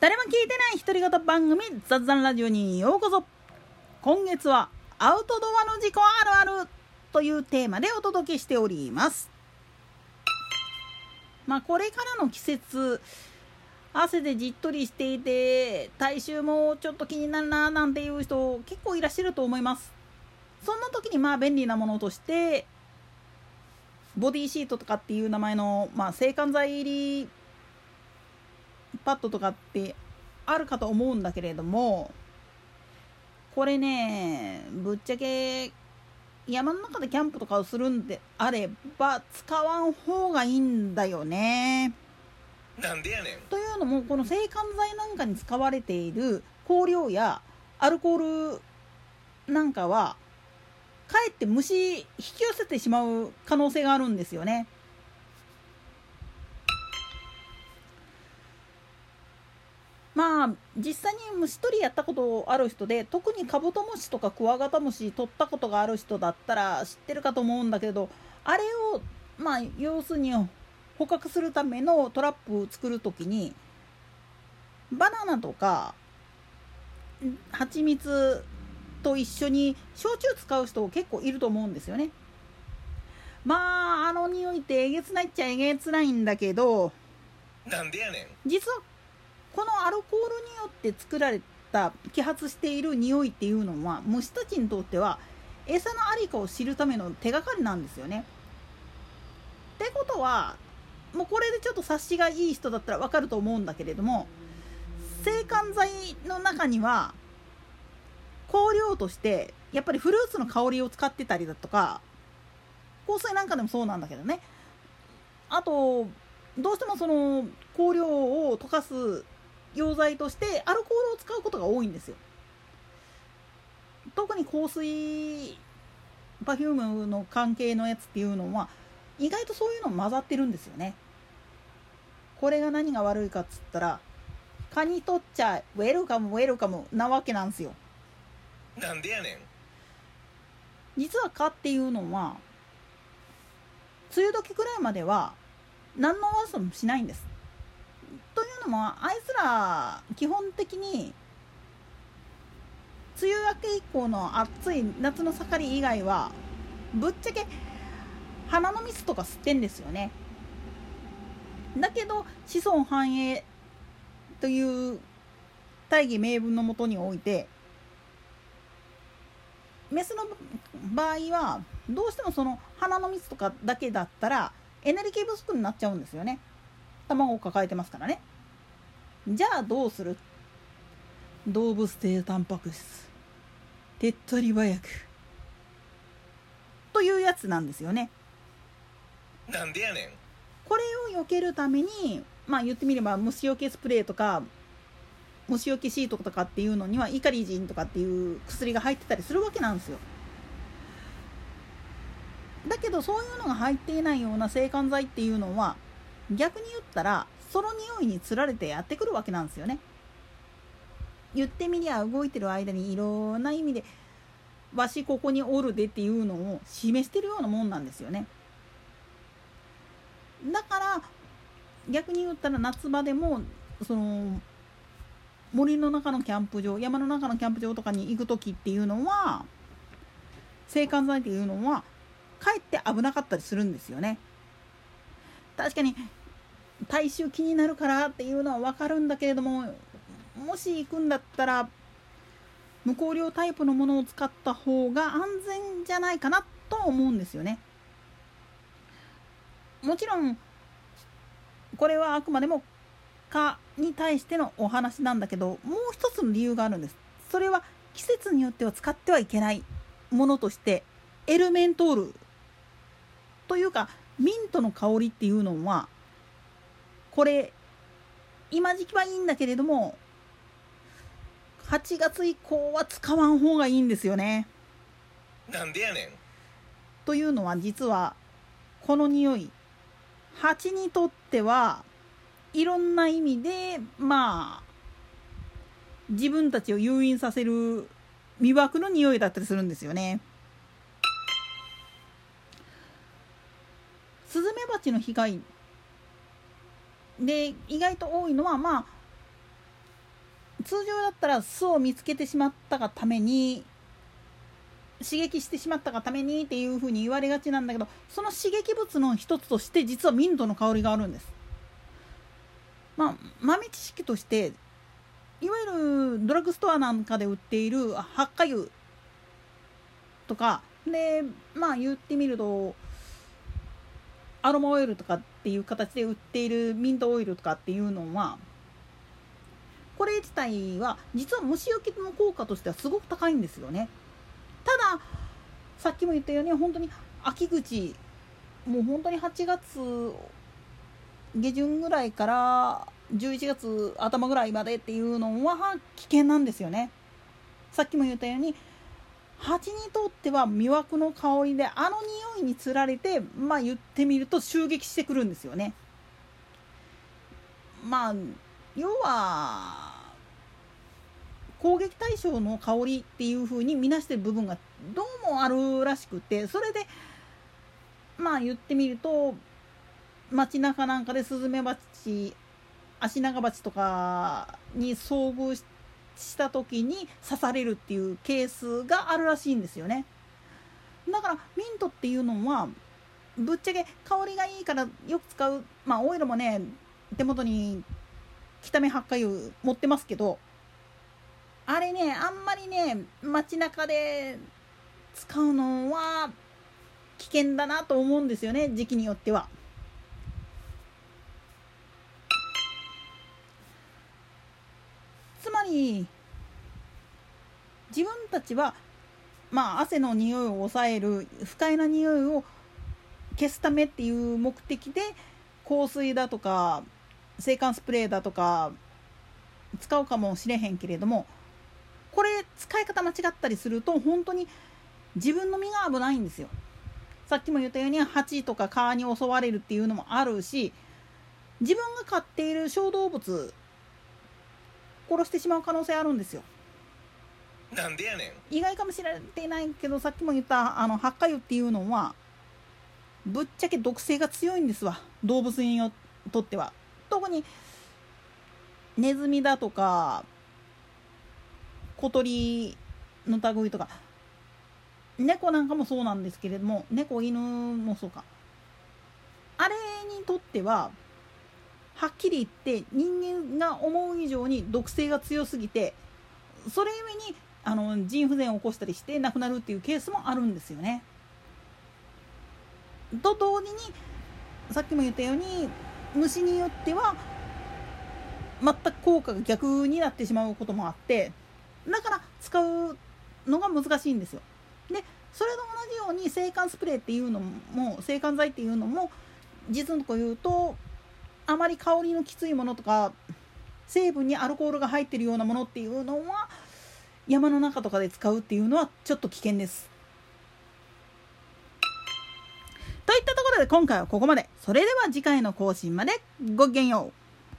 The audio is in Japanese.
誰も聞いてない独り言番組雑談ラジオにようこそ。今月はアウトドアの事故あるあるというテーマでお届けしております。これからの季節、汗でじっとりしていて体臭もちょっと気になるななんていう人結構いらっしゃると思います。そんな時に便利なものとしてボディシートとかっていう名前の、制汗剤入りパッドとかってあるかと思うんだけれども、これね、ぶっちゃけ山の中でキャンプとかをするんであれば使わん方がいいんだよね。 なんでやねん。 というのも、この制汗剤なんかに使われている香料やアルコールなんかはかえって虫引き寄せてしまう可能性があるんですよね。実際に虫取りやったことある人で、特にカブトムシとかクワガタムシ取ったことがある人だったら知ってるかと思うんだけど、あれを要するに捕獲するためのトラップを作るときにバナナとか蜂蜜と一緒に焼酎使う人結構いると思うんですよね。あの匂いってえげつないっちゃえげつないんだけど、 なんでやねん。実はこのアルコールによって作られた揮発している匂いっていうのは虫たちにとっては餌のありかを知るための手がかりなんですよね。ってことはもうこれでちょっと察しがいい人だったらわかると思うんだけれども、制汗剤の中には香料としてやっぱりフルーツの香りを使ってたりだとか、香水なんかでもそうなんだけどね、あとどうしてもその香料を溶かす溶剤としてアルコールを使うことが多いんですよ。特に香水パフュームの関係のやつっていうのは意外とそういうの混ざってるんですよね。これが何が悪いかっつったら、蚊にとっちゃウェルカムウェルカムなわけなんですよ。 なんでやねん。 実は蚊っていうのは梅雨時くらいまでは何の悪さもしないんです。というのもあいつら基本的に梅雨明け以降の暑い夏の盛り以外はぶっちゃけ鼻のミスとか吸ってんですよね。だけど子孫繁栄という大義名分のもとにおいてメスの場合はどうしてもその鼻のミスとかだけだったらエネルギー不足になっちゃうんですよね。卵を抱えてますからね。じゃあどうする？動物性タンパク質手っ取り早くというやつなんですよね。 なんでやねん。 これを避けるために言ってみれば虫除けスプレーとか虫除けシートとかっていうのにはイカリジンとかっていう薬が入ってたりするわけなんですよ。だけどそういうのが入っていないような制汗剤っていうのは逆に言ったらその匂いにつられてやってくるわけなんですよね。言ってみりゃ動いてる間にいろんな意味でわしここにおるでっていうのを示してるようなもんなんですよね。だから逆に言ったら夏場でもその森の中のキャンプ場、山の中のキャンプ場とかに行く時っていうのは制汗剤っていうのはかえって危なかったりするんですよね。確かに体臭気になるからっていうのは分かるんだけれども、もし行くんだったら無香料タイプのものを使った方が安全じゃないかなと思うんですよね。もちろんこれはあくまでも蚊に対してのお話なんだけど、もう一つの理由があるんです。それは季節によっては使ってはいけないものとしてエルメントールというかミントの香りっていうのは、これ今時期はいいんだけれども8月以降は使わん方がいいんですよね。 なんでやねん。 というのは実はこの匂い蜂にとってはいろんな意味で自分たちを誘引させる魅惑の匂いだったりするんですよね。スズメバチの被害で意外と多いのは通常だったら巣を見つけてしまったがために、刺激してしまったがためにっていうふうに言われがちなんだけど、その刺激物の一つとして実はミントの香りがあるんです。豆知識として、いわゆるドラッグストアなんかで売っているハッカ油とかで、言ってみるとアロマオイルとかっていう形で売っているミントオイルとかっていうのは、これ自体は実は虫除けの効果としてはすごく高いんですよね。たださっきも言ったように、本当に秋口、もう本当に8月下旬ぐらいから11月頭ぐらいまでっていうのは危険なんですよね。さっきも言ったように、蜂にとっては魅惑の香りで、あの匂いにつられて、言ってみると襲撃してくるんですよね。要は攻撃対象の香りっていう風に見なしてる部分がどうもあるらしくて、それで言ってみると、街中なんかでスズメバチ、アシナガバチとかに遭遇した時に刺されるっていうケースがあるらしいんですよね。だからミントっていうのはぶっちゃけ香りがいいからよく使う、オイルもね、手元に北目八花油持ってますけど、あれね、あんまりね、街中で使うのは危険だなと思うんですよね、時期によっては。つまり自分たちは、汗の匂いを抑える、不快な匂いを消すためっていう目的で香水だとか制汗スプレーだとか使うかもしれへんけれども、これ使い方間違ったりすると本当に自分の身が危ないんですよ。さっきも言ったように蜂とか蚊に襲われるっていうのもあるし、自分が飼っている小動物殺してしまう可能性あるんですよ。 なんでやねん。意外かもしれていないけど、さっきも言ったハッカ油っていうのはぶっちゃけ毒性が強いんですわ、動物にとっては。特にネズミだとか小鳥の類とか猫なんかもそうなんですけれども、猫犬もそうか、あれにとってははっきり言って人間が思う以上に毒性が強すぎて、それゆえに腎不全を起こしたりして亡くなるっていうケースもあるんですよね。と同時にさっきも言ったように、虫によっては全く効果が逆になってしまうこともあって、だから使うのが難しいんですよ。でそれと同じように制汗スプレーっていうのも、制汗剤っていうのも、実のとこ言うとあまり香りのきついものとか成分にアルコールが入っているようなものっていうのは山の中とかで使うっていうのはちょっと危険です。といったところで今回はここまで。それでは次回の更新までごきげんよう。